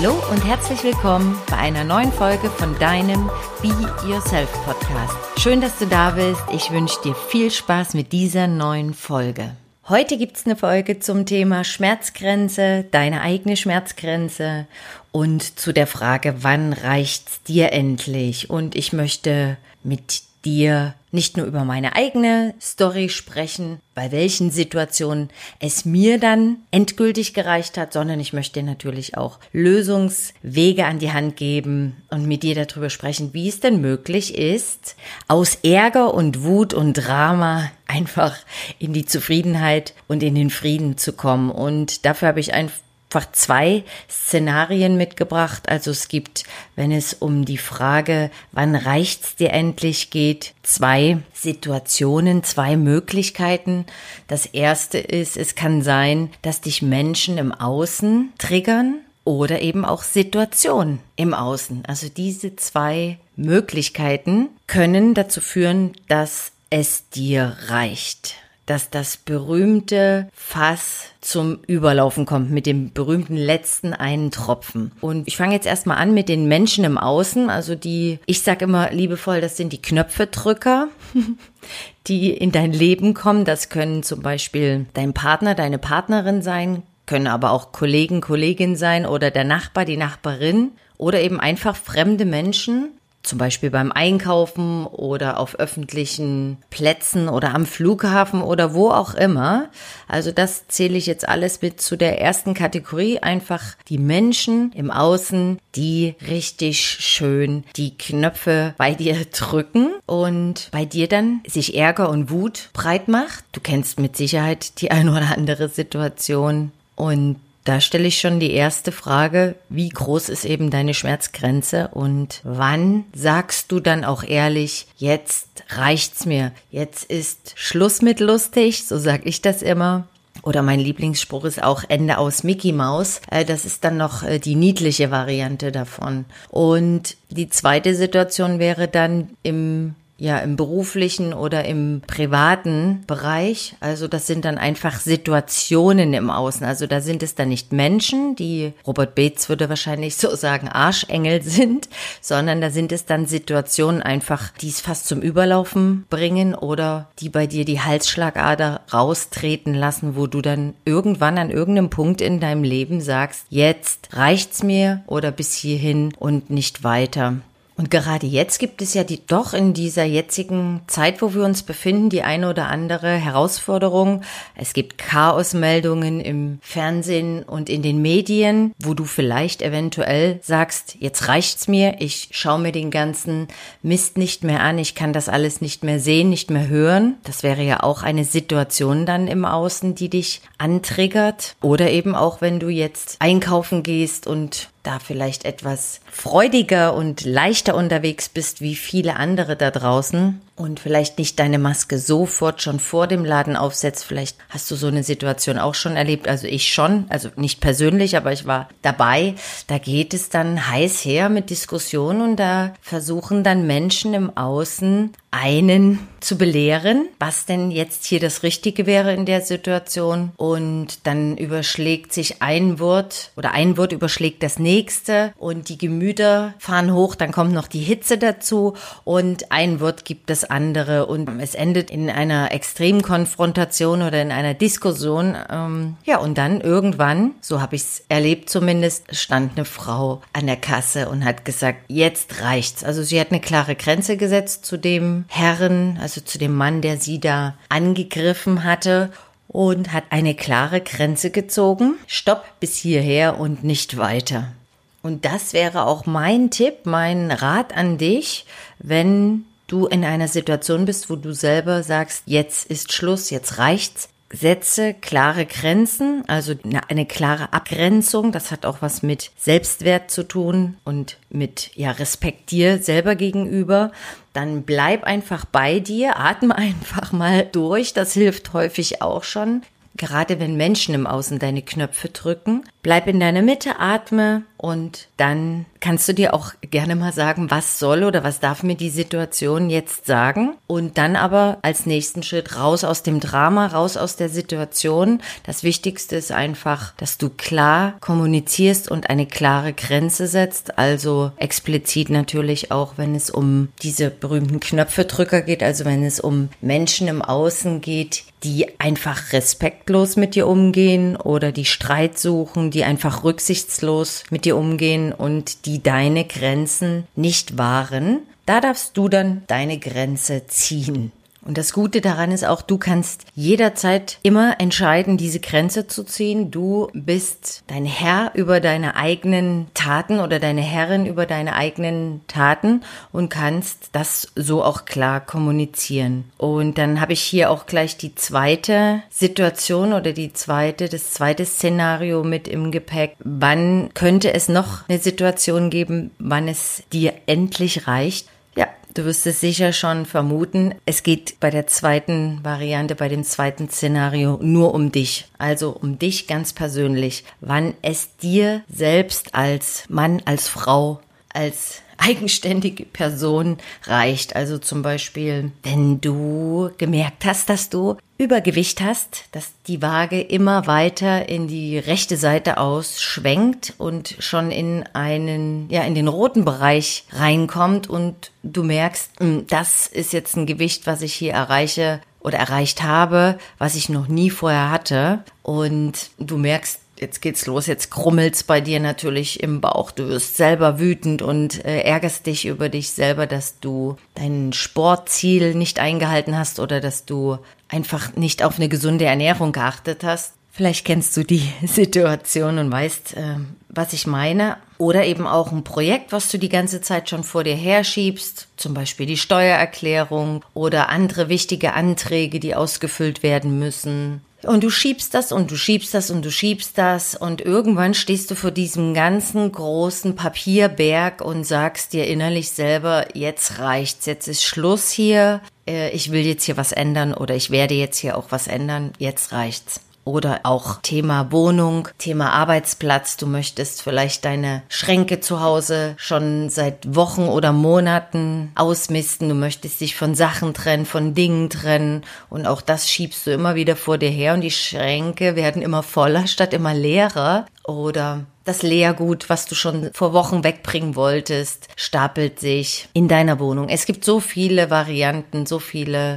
Hallo und herzlich willkommen bei einer neuen Folge von deinem Be Yourself Podcast. Schön, dass du da bist. Ich wünsche dir viel Spaß mit dieser neuen Folge. Heute gibt es eine Folge zum Thema Schmerzgrenze, deine eigene Schmerzgrenze und zu der Frage, wann reicht's dir endlich? Und ich möchte mit dir nicht nur über meine eigene Story sprechen, bei welchen Situationen es mir dann endgültig gereicht hat, sondern ich möchte dir natürlich auch Lösungswege an die Hand geben und mit dir darüber sprechen, wie es denn möglich ist, aus Ärger und Wut und Drama einfach in die Zufriedenheit und in den Frieden zu kommen. Und dafür habe ich einfach zwei Szenarien mitgebracht. Also es gibt, wenn es um die Frage, wann reicht's dir endlich geht, zwei Situationen, zwei Möglichkeiten. Das erste ist, es kann sein, dass dich Menschen im Außen triggern oder eben auch Situationen im Außen. Also diese zwei Möglichkeiten können dazu führen, dass es dir reicht. Dass das berühmte Fass zum Überlaufen kommt mit dem berühmten letzten einen Tropfen. Und ich fange jetzt erstmal an mit den Menschen im Außen, also ich sage immer liebevoll, das sind die Knöpfedrücker, die in dein Leben kommen. Das können zum Beispiel dein Partner, deine Partnerin sein, können aber auch Kollegen, Kollegin sein oder der Nachbar, die Nachbarin oder eben einfach fremde Menschen, zum Beispiel beim Einkaufen oder auf öffentlichen Plätzen oder am Flughafen oder wo auch immer. Also das zähle ich jetzt alles mit zu der ersten Kategorie. Einfach die Menschen im Außen, die richtig schön die Knöpfe bei dir drücken und bei dir dann sich Ärger und Wut breit macht. Du kennst mit Sicherheit die eine oder andere Situation und da stelle ich schon die erste Frage, wie groß ist eben deine Schmerzgrenze und wann sagst du dann auch ehrlich, jetzt reicht's mir, jetzt ist Schluss mit lustig, so sag ich das immer. Oder mein Lieblingsspruch ist auch Ende aus Mickey Maus. Das ist dann noch die niedliche Variante davon. Und die zweite Situation wäre dann im beruflichen oder im privaten Bereich. Also das sind dann einfach Situationen im Außen. Also da sind es dann nicht Menschen, die Robert Bates würde wahrscheinlich so sagen, Arschengel sind, sondern da sind es dann Situationen einfach, die es fast zum Überlaufen bringen oder die bei dir die Halsschlagader raustreten lassen, wo du dann irgendwann an irgendeinem Punkt in deinem Leben sagst, jetzt reicht's mir oder bis hierhin und nicht weiter. Und gerade jetzt gibt es ja doch in dieser jetzigen Zeit, wo wir uns befinden, die eine oder andere Herausforderung. Es gibt Chaosmeldungen im Fernsehen und in den Medien, wo du vielleicht eventuell sagst, jetzt reicht's mir, ich schaue mir den ganzen Mist nicht mehr an, ich kann das alles nicht mehr sehen, nicht mehr hören. Das wäre ja auch eine Situation dann im Außen, die dich antriggert. Oder eben auch, wenn du jetzt einkaufen gehst und da vielleicht etwas freudiger und leichter unterwegs bist wie viele andere da draußen und vielleicht nicht deine Maske sofort schon vor dem Laden aufsetzt. Vielleicht hast du so eine Situation auch schon erlebt, also ich schon, also nicht persönlich, aber ich war dabei. Da geht es dann heiß her mit Diskussionen und da versuchen dann Menschen im Außen einen zu belehren, was denn jetzt hier das Richtige wäre in der Situation. Und dann überschlägt sich ein Wort überschlägt das nächste und die Gemüter fahren hoch, dann kommt noch die Hitze dazu und ein Wort gibt das andere und es endet in einer extremen Konfrontation oder in einer Diskussion. Und dann irgendwann, so habe ich es erlebt zumindest, stand eine Frau an der Kasse und hat gesagt, jetzt reicht's. Also sie hat eine klare Grenze gesetzt zu dem Herren, also zu dem Mann, der sie da angegriffen hatte und hat eine klare Grenze gezogen. Stopp bis hierher und nicht weiter. Und das wäre auch mein Tipp, mein Rat an dich, wenn du in einer Situation bist, wo du selber sagst, jetzt ist Schluss, jetzt reicht's. Setze klare Grenzen, also eine klare Abgrenzung. Das hat auch was mit Selbstwert zu tun und mit Respekt dir selber gegenüber. Dann bleib einfach bei dir, atme einfach mal durch. Das hilft häufig auch schon. Gerade wenn Menschen im Außen deine Knöpfe drücken, Bleib in deiner Mitte, atme und dann kannst du dir auch gerne mal sagen, was soll oder was darf mir die Situation jetzt sagen? Und dann aber als nächsten Schritt raus aus dem Drama, raus aus der Situation. Das Wichtigste ist einfach, dass du klar kommunizierst und eine klare Grenze setzt. Also explizit natürlich auch, wenn es um diese berühmten Knöpfedrücker geht, also wenn es um Menschen im Außen geht, die einfach respektlos mit dir umgehen oder die Streit suchen, die einfach rücksichtslos mit dir umgehen und die deine Grenzen nicht wahren. Da darfst du dann deine Grenze ziehen. Und das Gute daran ist auch, du kannst jederzeit immer entscheiden, diese Grenze zu ziehen. Du bist dein Herr über deine eigenen Taten oder deine Herrin über deine eigenen Taten und kannst das so auch klar kommunizieren. Und dann habe ich hier auch gleich die zweite Situation oder das zweite Szenario mit im Gepäck. Wann könnte es noch eine Situation geben, wann es dir endlich reicht? Ja, du wirst es sicher schon vermuten. Es geht bei der zweiten Variante, bei dem zweiten Szenario nur um dich. Also um dich ganz persönlich. Wann es dir selbst als Mann, als Frau, als eigenständige Person reicht. Also zum Beispiel, wenn du gemerkt hast, dass du Übergewicht hast, dass die Waage immer weiter in die rechte Seite ausschwenkt und schon in den roten Bereich reinkommt und du merkst, das ist jetzt ein Gewicht, was ich hier erreiche oder erreicht habe, was ich noch nie vorher hatte und du merkst, jetzt geht's los, jetzt krummelt's bei dir natürlich im Bauch. Du wirst selber wütend und ärgerst dich über dich selber, dass du dein Sportziel nicht eingehalten hast oder dass du einfach nicht auf eine gesunde Ernährung geachtet hast. Vielleicht kennst du die Situation und weißt, was ich meine. Oder eben auch ein Projekt, was du die ganze Zeit schon vor dir herschiebst, zum Beispiel die Steuererklärung oder andere wichtige Anträge, die ausgefüllt werden müssen. Und du schiebst das und du schiebst das und du schiebst das und irgendwann stehst du vor diesem ganzen großen Papierberg und sagst dir innerlich selber, jetzt reicht's, jetzt ist Schluss hier, ich will jetzt hier was ändern oder ich werde jetzt hier auch was ändern, jetzt reicht's. Oder auch Thema Wohnung, Thema Arbeitsplatz. Du möchtest vielleicht deine Schränke zu Hause schon seit Wochen oder Monaten ausmisten. Du möchtest dich von Sachen trennen, von Dingen trennen. Und auch das schiebst du immer wieder vor dir her. Und die Schränke werden immer voller statt immer leerer. Oder das Leergut, was du schon vor Wochen wegbringen wolltest, stapelt sich in deiner Wohnung. Es gibt so viele Varianten, so viele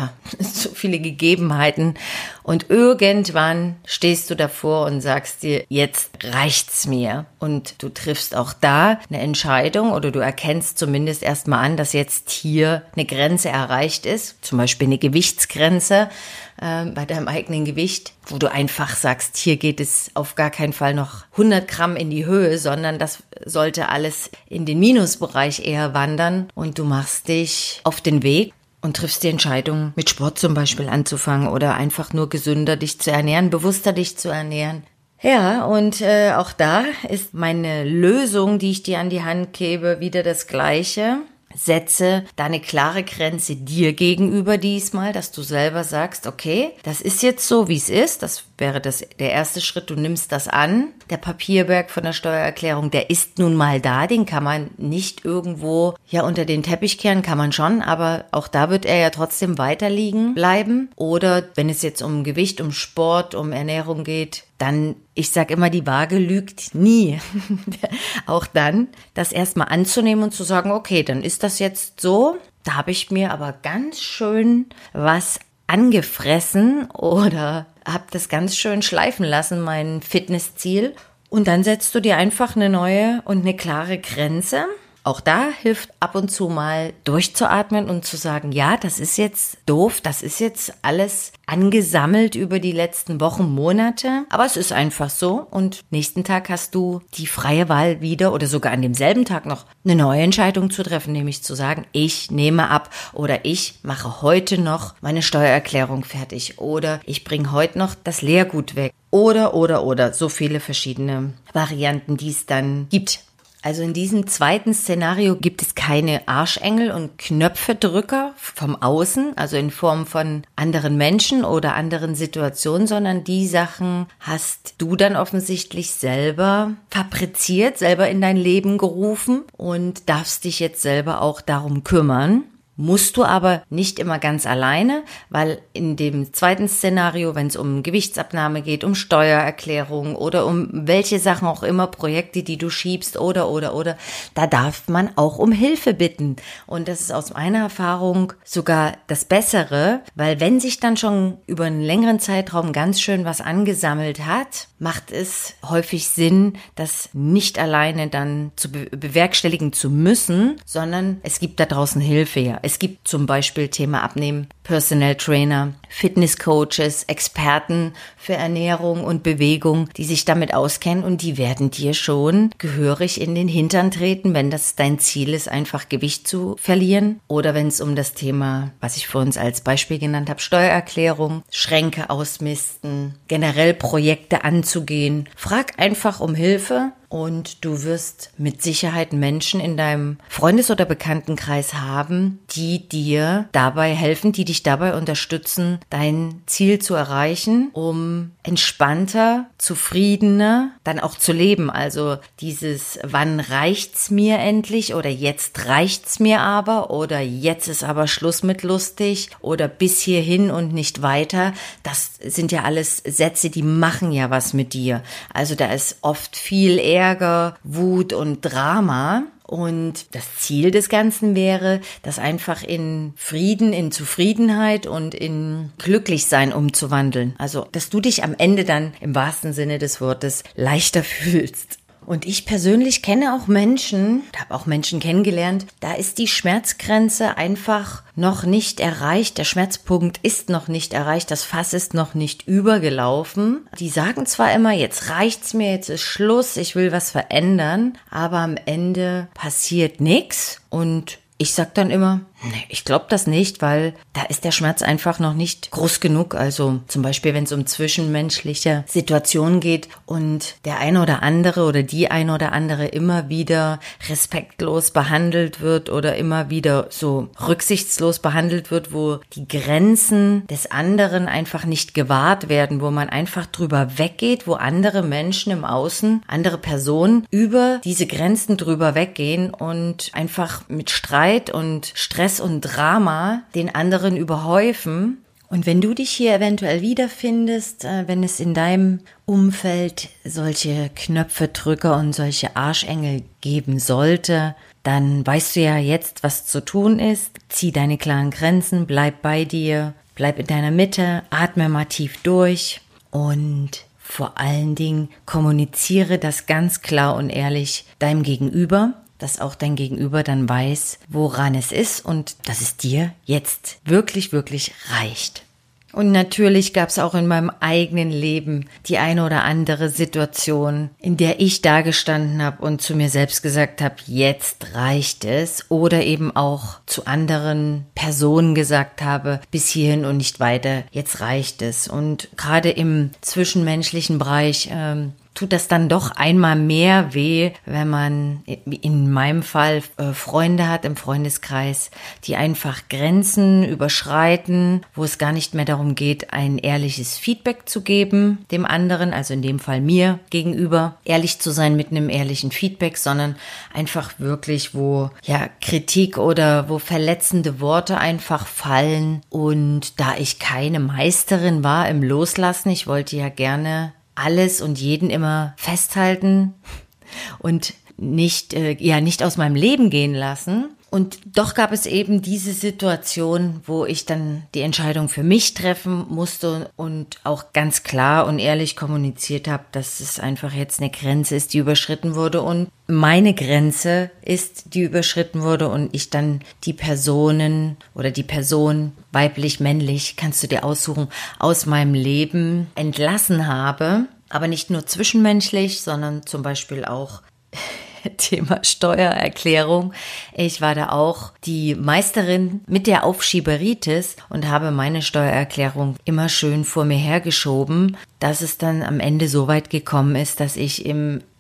Gegebenheiten. Und irgendwann stehst du davor und sagst dir, jetzt reicht's mir. Und du triffst auch da eine Entscheidung oder du erkennst zumindest erstmal an, dass jetzt hier eine Grenze erreicht ist. Zum Beispiel eine Gewichtsgrenze bei deinem eigenen Gewicht, wo du einfach sagst, hier geht es auf gar keinen Fall noch 100 Gramm in die Höhe, sondern das sollte alles in den Minusbereich eher wandern und du machst dich auf den Weg und triffst die Entscheidung, mit Sport zum Beispiel anzufangen oder einfach nur gesünder dich zu ernähren, bewusster dich zu ernähren. Ja, und auch da ist meine Lösung, die ich dir an die Hand gebe, wieder das Gleiche. Setze deine klare Grenze dir gegenüber diesmal, dass du selber sagst, okay, das ist jetzt so, wie es ist. Das wäre der erste Schritt. Du nimmst das an. Der Papierberg von der Steuererklärung, der ist nun mal da. Den kann man nicht irgendwo unter den Teppich kehren, kann man schon. Aber auch da wird er ja trotzdem weiter liegen bleiben. Oder wenn es jetzt um Gewicht, um Sport, um Ernährung geht, dann, ich sag immer, die Waage lügt nie. Auch dann, das erstmal anzunehmen und zu sagen, okay, dann ist das jetzt so. Da habe ich mir aber ganz schön was angefressen oder habe das ganz schön schleifen lassen, mein Fitnessziel. Und dann setzt du dir einfach eine neue und eine klare Grenze. Auch da hilft ab und zu mal durchzuatmen und zu sagen, ja, das ist jetzt doof, das ist jetzt alles angesammelt über die letzten Wochen, Monate, aber es ist einfach so und nächsten Tag hast du die freie Wahl wieder oder sogar an demselben Tag noch eine neue Entscheidung zu treffen, nämlich zu sagen, ich nehme ab oder ich mache heute noch meine Steuererklärung fertig oder ich bringe heute noch das Leergut weg oder, so viele verschiedene Varianten, die es dann gibt. Also in diesem zweiten Szenario gibt es keine Arschengel und Knöpfedrücker vom Außen, also in Form von anderen Menschen oder anderen Situationen, sondern die Sachen hast du dann offensichtlich selber fabriziert, selber in dein Leben gerufen und darfst dich jetzt selber auch darum kümmern. Musst du aber nicht immer ganz alleine, weil in dem zweiten Szenario, wenn es um Gewichtsabnahme geht, um Steuererklärung oder um welche Sachen auch immer, Projekte, die du schiebst oder, da darf man auch um Hilfe bitten. Und das ist aus meiner Erfahrung sogar das Bessere, weil wenn sich dann schon über einen längeren Zeitraum ganz schön was angesammelt hat, macht es häufig Sinn, das nicht alleine dann zu bewerkstelligen zu müssen, sondern es gibt da draußen Hilfe, ja. Es gibt zum Beispiel Thema Abnehmen, Personal Trainer, Fitnesscoaches, Experten für Ernährung und Bewegung, die sich damit auskennen und die werden dir schon gehörig in den Hintern treten, wenn das dein Ziel ist, einfach Gewicht zu verlieren. Oder wenn es um das Thema, was ich für uns als Beispiel genannt habe, Steuererklärung, Schränke ausmisten, generell Projekte anzugehen. Frag einfach um Hilfe. Und du wirst mit Sicherheit Menschen in deinem Freundes- oder Bekanntenkreis haben, die dir dabei helfen, die dich dabei unterstützen, dein Ziel zu erreichen, um entspannter, zufriedener dann auch zu leben. Also dieses, wann reicht's mir endlich oder jetzt reicht's mir aber oder jetzt ist aber Schluss mit lustig oder bis hierhin und nicht weiter. Das sind ja alles Sätze, die machen ja was mit dir. Also da ist oft viel Ärger, Wut und Drama. Und das Ziel des Ganzen wäre, das einfach in Frieden, in Zufriedenheit und in Glücklichsein umzuwandeln. Also, dass du dich am Ende dann im wahrsten Sinne des Wortes leichter fühlst. Und ich persönlich kenne auch Menschen, habe auch Menschen kennengelernt, da ist die Schmerzgrenze einfach noch nicht erreicht. Der Schmerzpunkt ist noch nicht erreicht, das Fass ist noch nicht übergelaufen. Die sagen zwar immer, jetzt reicht's mir, jetzt ist Schluss, ich will was verändern, aber am Ende passiert nichts und ich sag dann immer, nee, ich glaube das nicht, weil da ist der Schmerz einfach noch nicht groß genug. Also zum Beispiel, wenn es um zwischenmenschliche Situationen geht und der eine oder andere oder die eine oder andere immer wieder respektlos behandelt wird oder immer wieder so rücksichtslos behandelt wird, wo die Grenzen des anderen einfach nicht gewahrt werden, wo man einfach drüber weggeht, wo andere Menschen im Außen, andere Personen über diese Grenzen drüber weggehen und einfach mit Streit und Stress und Drama den anderen überhäufen. Und wenn du dich hier eventuell wiederfindest, wenn es in deinem Umfeld solche Knöpfedrücker und solche Arschengel geben sollte, dann weißt du ja jetzt, was zu tun ist. Zieh deine klaren Grenzen, bleib bei dir, bleib in deiner Mitte, atme mal tief durch und vor allen Dingen kommuniziere das ganz klar und ehrlich deinem Gegenüber, dass auch dein Gegenüber dann weiß, woran es ist und dass es dir jetzt wirklich, wirklich reicht. Und natürlich gab es auch in meinem eigenen Leben die eine oder andere Situation, in der ich dagestanden habe und zu mir selbst gesagt habe, jetzt reicht es. Oder eben auch zu anderen Personen gesagt habe, bis hierhin und nicht weiter, jetzt reicht es. Und gerade im zwischenmenschlichen Bereich tut das dann doch einmal mehr weh, wenn man in meinem Fall Freunde hat im Freundeskreis, die einfach Grenzen überschreiten, wo es gar nicht mehr darum geht, ein ehrliches Feedback zu geben dem anderen, also in dem Fall mir gegenüber, ehrlich zu sein mit einem ehrlichen Feedback, sondern einfach wirklich, wo ja Kritik oder wo verletzende Worte einfach fallen. Und da ich keine Meisterin war im Loslassen, ich wollte ja gerne alles und jeden immer festhalten und nicht aus meinem Leben gehen lassen. Und doch gab es eben diese Situation, wo ich dann die Entscheidung für mich treffen musste und auch ganz klar und ehrlich kommuniziert habe, dass es einfach jetzt eine Grenze ist, die überschritten wurde und meine Grenze ist, die überschritten wurde und ich dann die Personen oder die Person, weiblich, männlich, kannst du dir aussuchen, aus meinem Leben entlassen habe. Aber nicht nur zwischenmenschlich, sondern zum Beispiel auch Thema Steuererklärung. Ich war da auch die Meisterin mit der Aufschieberitis und habe meine Steuererklärung immer schön vor mir hergeschoben, dass es dann am Ende so weit gekommen ist, dass ich im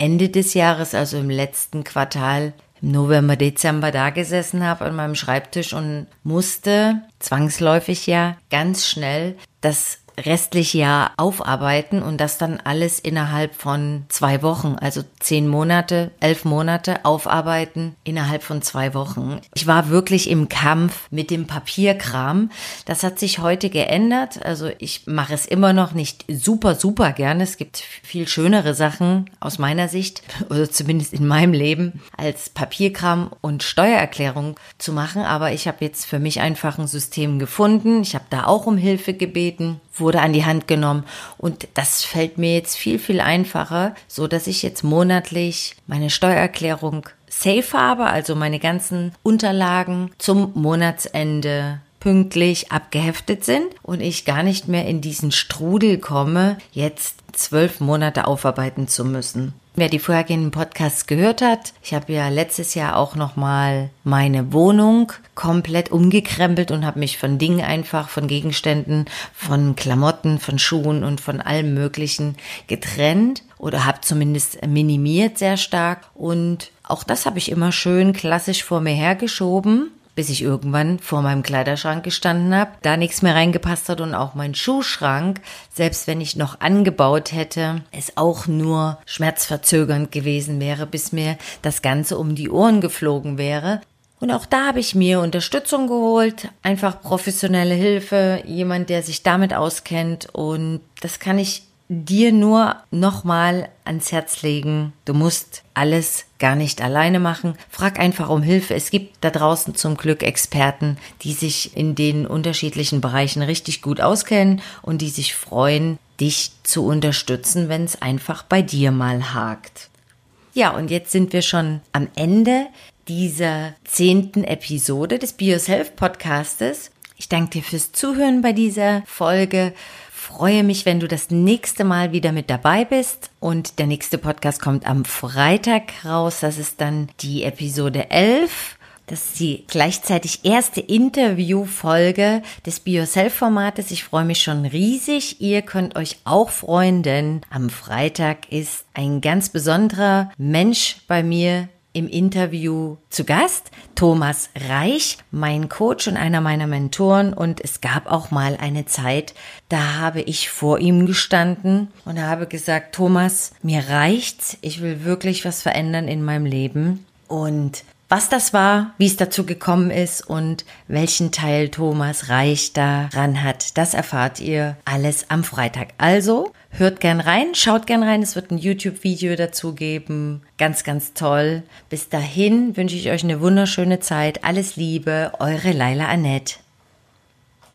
Ende des Jahres, also im letzten Quartal, im November, Dezember da gesessen habe an meinem Schreibtisch und musste zwangsläufig ja ganz schnell das restliche Jahr aufarbeiten und das dann alles innerhalb von 2 Wochen, also 10 Monate, 11 Monate aufarbeiten innerhalb von 2 Wochen. Ich war wirklich im Kampf mit dem Papierkram. Das hat sich heute geändert. Also ich mache es immer noch nicht super, super gerne. Es gibt viel schönere Sachen aus meiner Sicht oder zumindest in meinem Leben als Papierkram und Steuererklärung zu machen. Aber ich habe jetzt für mich einfach ein System gefunden. Ich habe da auch um Hilfe gebeten, wurde an die Hand genommen und das fällt mir jetzt viel, viel einfacher, so dass ich jetzt monatlich meine Steuererklärung safe habe, also meine ganzen Unterlagen zum Monatsende pünktlich abgeheftet sind und ich gar nicht mehr in diesen Strudel komme, jetzt 12 Monate aufarbeiten zu müssen. Wer die vorhergehenden Podcasts gehört hat, ich habe ja letztes Jahr auch nochmal meine Wohnung komplett umgekrempelt und habe mich von Dingen einfach, von Gegenständen, von Klamotten, von Schuhen und von allem Möglichen getrennt oder habe zumindest minimiert sehr stark und auch das habe ich immer schön klassisch vor mir hergeschoben, bis ich irgendwann vor meinem Kleiderschrank gestanden habe, da nichts mehr reingepasst hat und auch mein Schuhschrank, selbst wenn ich noch angebaut hätte, es auch nur schmerzverzögernd gewesen wäre, bis mir das Ganze um die Ohren geflogen wäre. Und auch da habe ich mir Unterstützung geholt, einfach professionelle Hilfe, jemand, der sich damit auskennt und das kann ich dir nur nochmal ans Herz legen. Du musst alles gar nicht alleine machen. Frag einfach um Hilfe. Es gibt da draußen zum Glück Experten, die sich in den unterschiedlichen Bereichen richtig gut auskennen und die sich freuen, dich zu unterstützen, wenn es einfach bei dir mal hakt. Ja, und jetzt sind wir schon am Ende dieser 10. Episode des Be Yourself Podcastes. Ich danke dir fürs Zuhören bei dieser Folge. Freue mich, wenn du das nächste Mal wieder mit dabei bist und der nächste Podcast kommt am Freitag raus. Das ist dann die Episode 11. Das ist die gleichzeitig erste Interviewfolge des Be Yourself Formates. Ich freue mich schon riesig. Ihr könnt euch auch freuen, denn am Freitag ist ein ganz besonderer Mensch bei mir im Interview zu Gast, Thomas Reich, mein Coach und einer meiner Mentoren und es gab auch mal eine Zeit, da habe ich vor ihm gestanden und habe gesagt, Thomas, mir reicht's, ich will wirklich was verändern in meinem Leben und was das war, wie es dazu gekommen ist und welchen Teil Thomas Reich daran hat, das erfahrt ihr alles am Freitag. Also hört gern rein, schaut gern rein, es wird ein YouTube-Video dazu geben. Ganz, ganz toll. Bis dahin wünsche ich euch eine wunderschöne Zeit. Alles Liebe, eure Laila Annette.